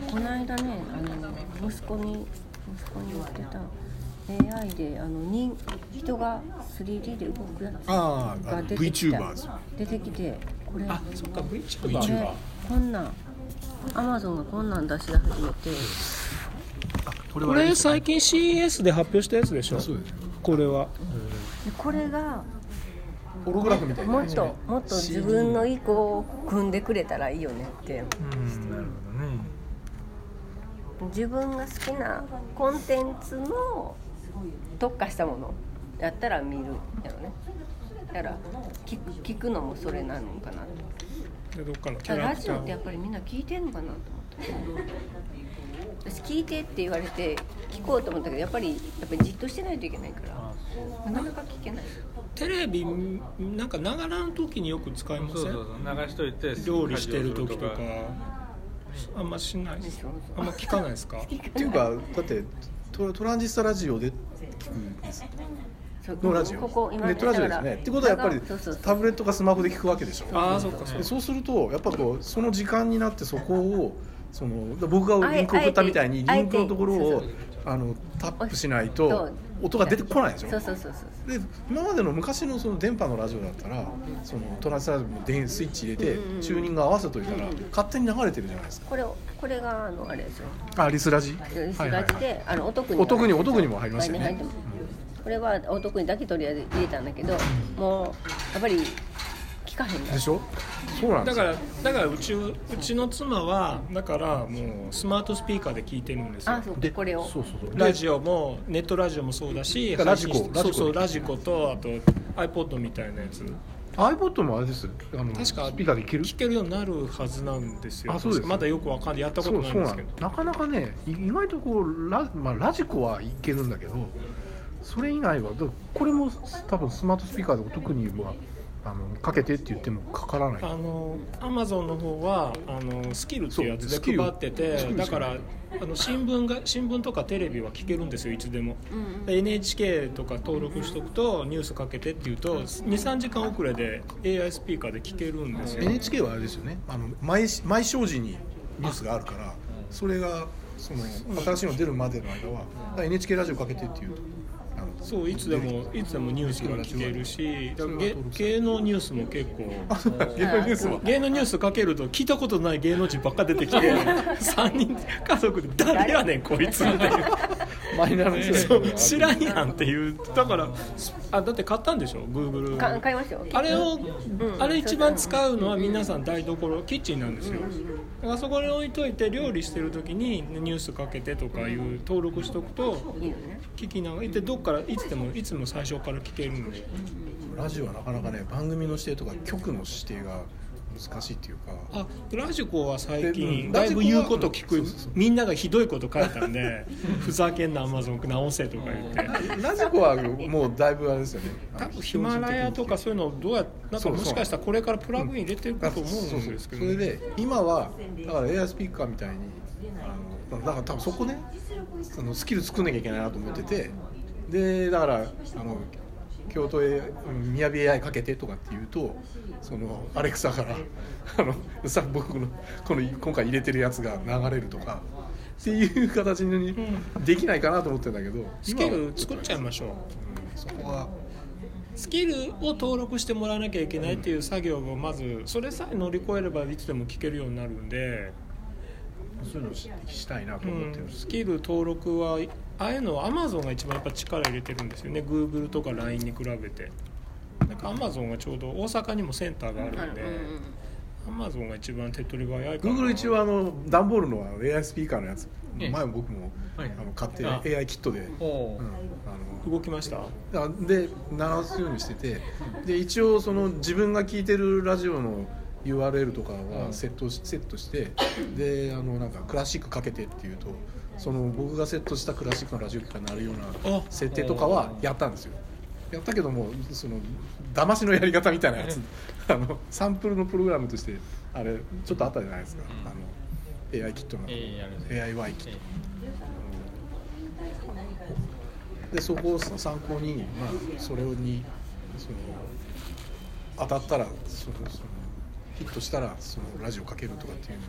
この間ね息子に言ってた AI で人が 3D で動くやつが出てきた。出てきてこれそっか VTuber こんなん Amazon がこんなん出し始めてこれ最近 CES で発表したやつでしょ。 そうです。 これはこれがホログラフみたいな、 もっと自分の意向を組んでくれたらいいよねって。 なるほどね。 自分が好きなコンテンツの特化したものやったら見るやろね。だから聞くのもそれなのかなと。 でどっかのキャラクターラジオってやっぱりみんな聞いてんのかなと思って私聞いてって言われて聞こうと思ったけどやっぱりじっとしてないといけないからなかなか聞けない。 テレビなんかながらの時によく使いません？ そう流しといて料理してる時とかあんましないです。あんま聞かないですか？ っていうかだってトランジスタラジオで聞くんですのラジオ、 こ今ネットラジオですね。ってことはやっぱりタブレットかスマホで聞くわけでしょ。 そうかそうするとやっぱその時間になってそこを僕がリンクを送ったみたいにリンクのところをタップしないと音が出てこないでしょ。 そうで今までの昔のその電波のラジオだったらトランジスタラジオのスイッチ入れてチューニング合わせといたら勝手に流れてるじゃないですか。 これがあれですよ。 リスラジでお得にも入りましたよね。 これはお得にだけとりあえず入れたんだけどもうやっぱり聞かへんでしょ。そうなんですよ。 だからうちの妻はだからもうスマートスピーカーで聞いてるんですよ。 でこれをそうラジオもネットラジオもそうだしラジコとあと iPod みたいなやつ。 iPod もあれです。 確かスピーカーで聞けるようになるはずなんですよ。 そうです。 まだよくわかんない、やったことないんですけど。 なかなかね意外とラジコはいけるんだけどそれ以外はこれも多分スマートスピーカーで特にはかけてって言ってもかからない。 Amazon の方はスキルっていうやつで配ってて、だから新聞とかテレビは聞けるんですよ、いつでも。NHK とか登録しとくとニュースかけてっていうと 2,3 時間遅れで AI スピーカーで聞けるんですよ。 NHK はあれですよね、毎正時にニュースがあるからそれが新しいの出るまでの間は NHK ラジオかけてっていうとそういつでもニュースが聞けるし、芸能ニュースも結構芸能ニュースかけると聞いたことない芸能人ばっか出てきて3人家族で誰やねんこいつっていうマイナーな人知らんやんっていう。だからだって買ったんでしょ Google 買いましたよ。 あれ一番使うのは皆さん台所キッチンなんですよ。だからそこに置いといて料理してる時にニュースかけてとかいう登録しとくと聞きながらどっからいつも最初から聞けるんで。 ラジオはなかなかね番組の指定とか局の指定が難しいっていうか。 ラジコは最近だいぶ言うこと聞く。みんながひどいこと書いたんでふざけんな Amazon 直せとか言ってラジコはもうだいぶあれですよね。 多分ヒマラヤとかそういうのなんかもしかしたらこれからプラグイン入れてるかと思うんですけど、 それで今はだから AI スピーカーみたいにだから多分そこねスキル作んなきゃいけないなと思ってて、でだから京都へみやび AI かけてとかって言うとアレクサから僕の今回入れてるやつが流れるとかっていう形にできないかなと思ってるんだけど、 スキル作っちゃいましょう。 そこはスキルを登録してもらわなきゃいけないっていう作業をまずそれさえ乗り越えればいつでも聞けるようになるんで、 そういうのをしたいなと思ってる、 スキル登録はああいうのは Amazon が一番やっぱ力入れてるんですよね。 Google とか LINE に比べて。なんか Amazon がちょうど大阪にもセンターがあるんで、Amazon が一番手っ取り早いかな。 Google 一応段ボールの AI スピーカーのやつ前も僕も買って AI キットで動きました。 で鳴らすようにしてて、で一応自分が聞いてるラジオの URL とかはセットして、でなんかクラシックかけてっていうと僕がセットしたクラシックのラジオ機になるような設定とかはやったんですよ。やったけども騙しのやり方みたいなやつサンプルのプログラムとしてあれちょっとあったじゃないですか、AI キットの AIY キットでそこを参考に、それに当たったらヒットしたらラジオかけるとかっていうのを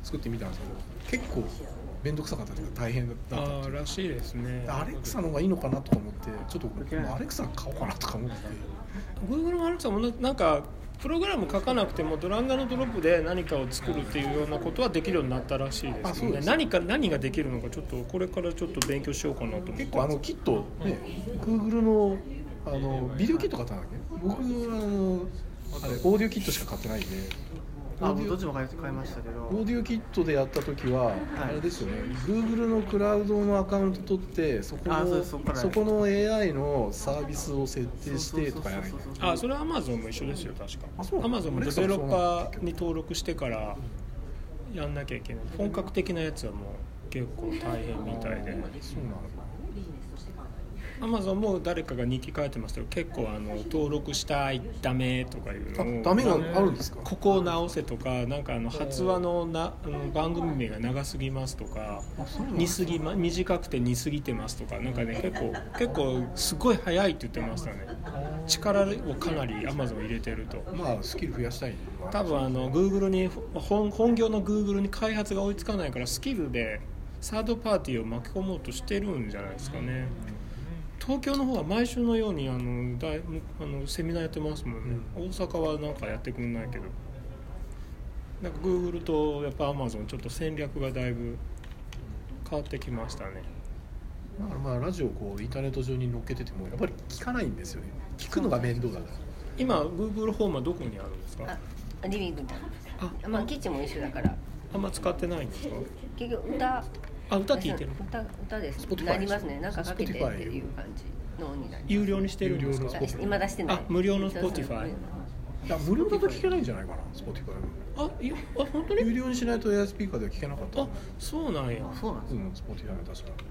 作ってみたんですけど、結構面倒くさかったというか大変だったっていう。 らしいですね。 アレクサの方がいいのかなとか思って、ちょっとアレクサ買おうかなとか思って。 Google のアレクサもなんかプログラム書かなくてもドラッグ&ドロップで何かを作るっていうようなことはできるようになったらしいですよね。何ができるのかちょっとこれからちょっと勉強しようかなと思って。 結構キットね、Google のビデオキット買ったんだっけ。僕あれオーディオキットしか買ってないんで。 どっちも買いましたけど、 オーディオキットでやった時は、あれですよね、Google のクラウドのアカウント取ってそこの AI のサービスを設定してとかやるんです。 それは Amazon も一緒ですよ確か。Amazon もデベロッパーに登録してからやんなきゃいけない。本格的なやつはもう結構大変みたいで。そうなの。Amazon も誰かが日記書いてますけど、結構登録したいダメとかいうのをダメがあるんですか。 ここを直せとか、なんか発話の番組名が長すぎますとか、短くて似すぎてますとか、なんかね結構すごい早いって言ってましたね。力をかなり Amazon 入れてると。 スキル増やしたい。 多分Google に本業の Google に開発が追いつかないから、スキルでサードパーティーを巻き込もうとしてるんじゃないですかね。東京の方は毎週のようにセミナーやってますもんね。大阪はなんかやってくんないけど、なんか Google とやっぱ Amazon ちょっと戦略がだいぶ変わってきましたね。 ラジオをインターネット上に載っけててもやっぱり聞かないんですよね。聞くのが面倒だから。 今 Google ホームはどこにあるんですか。 リビングにある。キッチンも一緒だからあんま使ってないんですか。 結局歌聞いてる。 歌です。なりますね。なんかかけてっていう感じのになります。 有料にしてるんですか。 今出してない。 無料の Spotify。 無料だと聞けないんじゃないかな Spotify。 本当に有料にしないとエアスピーカーでは聞けなかった。 そうなんや。 そうなんですか。 Spotify は確か。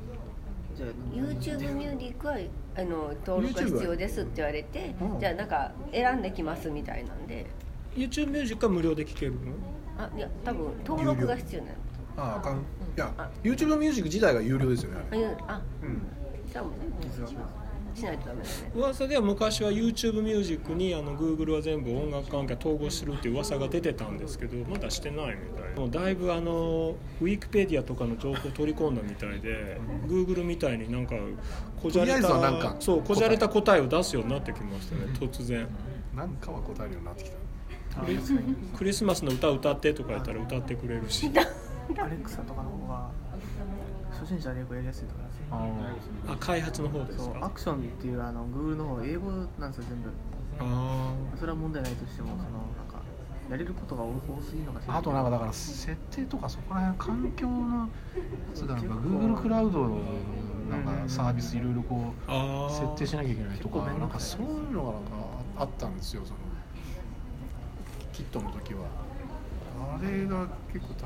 YouTube ミュージックは登録が必要ですって言われて、じゃあなんか選んできますみたいなんで。 YouTube ミュージックは無料で聴けるの？ いや多分登録が必要なの。 いや YouTube ミュージック自体が有料ですよね。 じゃあもうしないとダメですね。 噂では昔は YouTube ミュージックにGoogle は全部音楽関係統合してるっていう噂が出てたんですけど、まだしてないみたい。もうだいぶWikipedia とかの情報を取り込んだみたいで、Google みたいになんかこじゃれた答えを出すようになってきましたね。突然なんかは答えるようになってきた。 クリスマスの歌歌ってとか言ったら歌ってくれるし。 アレクサとかの方が初心者で英語やりやすいとかですね。 開発の方ですか。 アクションっていうGoogle の方英語なんですよ全部。それは問題ないとしてもなんかやれることが多すぎるのか。 あとなんかだから設定とかそこら辺環境のやつがGoogle クラウドのなんかサービスいろいろこう設定しなきゃいけないとか、なんかそういうのがなんかあったんですよ。キットの時はあれが結構大変だった。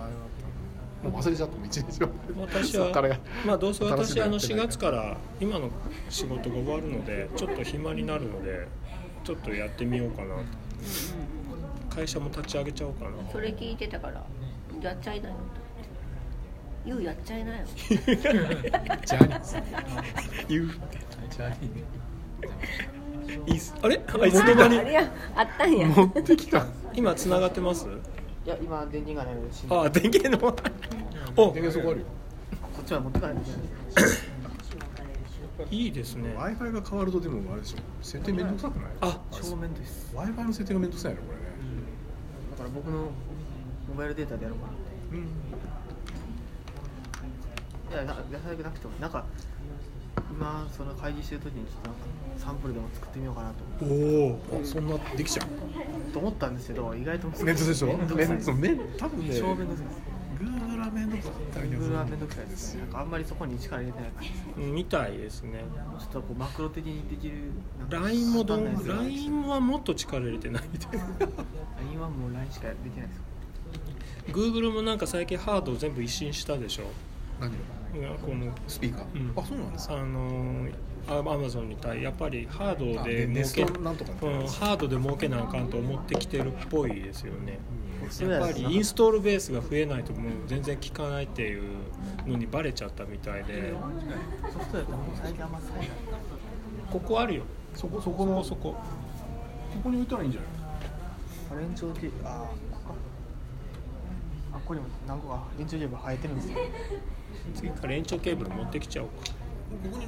もう忘れちゃったも1日は。 私はどうせ私4月から今の仕事が終わるのでちょっと暇になるのでちょっとやってみようかなと。会社も立ち上げちゃおうかな。 それ聞いてたからやっちゃいなよ。やっちゃいなよ。 ジャニーズ言うジャニーズあれいつの間にあったんや。 持ってきた。 今つながってます？ いや今電源がないの電で。 源の電源そこあるよ。 こっちは持ってかないといけない。 いいですね。 Wi-Fi が変わるとでもあれでしょ、設定めんどくさくない？ 超めんどいです。 Wi-Fi の設定がめんどくさいのこれね。 だから僕のモバイルデータでやろうかなって。いや早くなくてもなんか今その会議してる時にちょっとなんかサンプルでも作ってみようかなと。 そんなできちゃうと思ったんですけど、意外とめんどくさいでしょ。多分ね超めんどくさいです。 Google はめんどくさい。 Google はめんどくさいです。なんかあんまりそこに力入れてない感じです。 みたいですね。 ちょっとこうマクロ的にできる。 LINE はもっと力入れてないみたいな。 LINE はもう LINE しかできないです。 Google もなんか最近ハードを全部一新したでしょ。 何が？ このスピーカー。そうなんですか。 Amazon に対やっぱりハードでハードで儲けなあかんと思ってきてるっぽいですよね。やっぱりインストールベースが増えないともう全然効かないっていうのにバレちゃったみたいで。 ソフトウェアってもう最近あんまりない。 ここあるよ。 そこに置いたらいいんじゃない？ 延長機あっこにも何個か延長ケーブル生えてるんですよ。 次から延長ケーブル持ってきちゃおうか。 ここに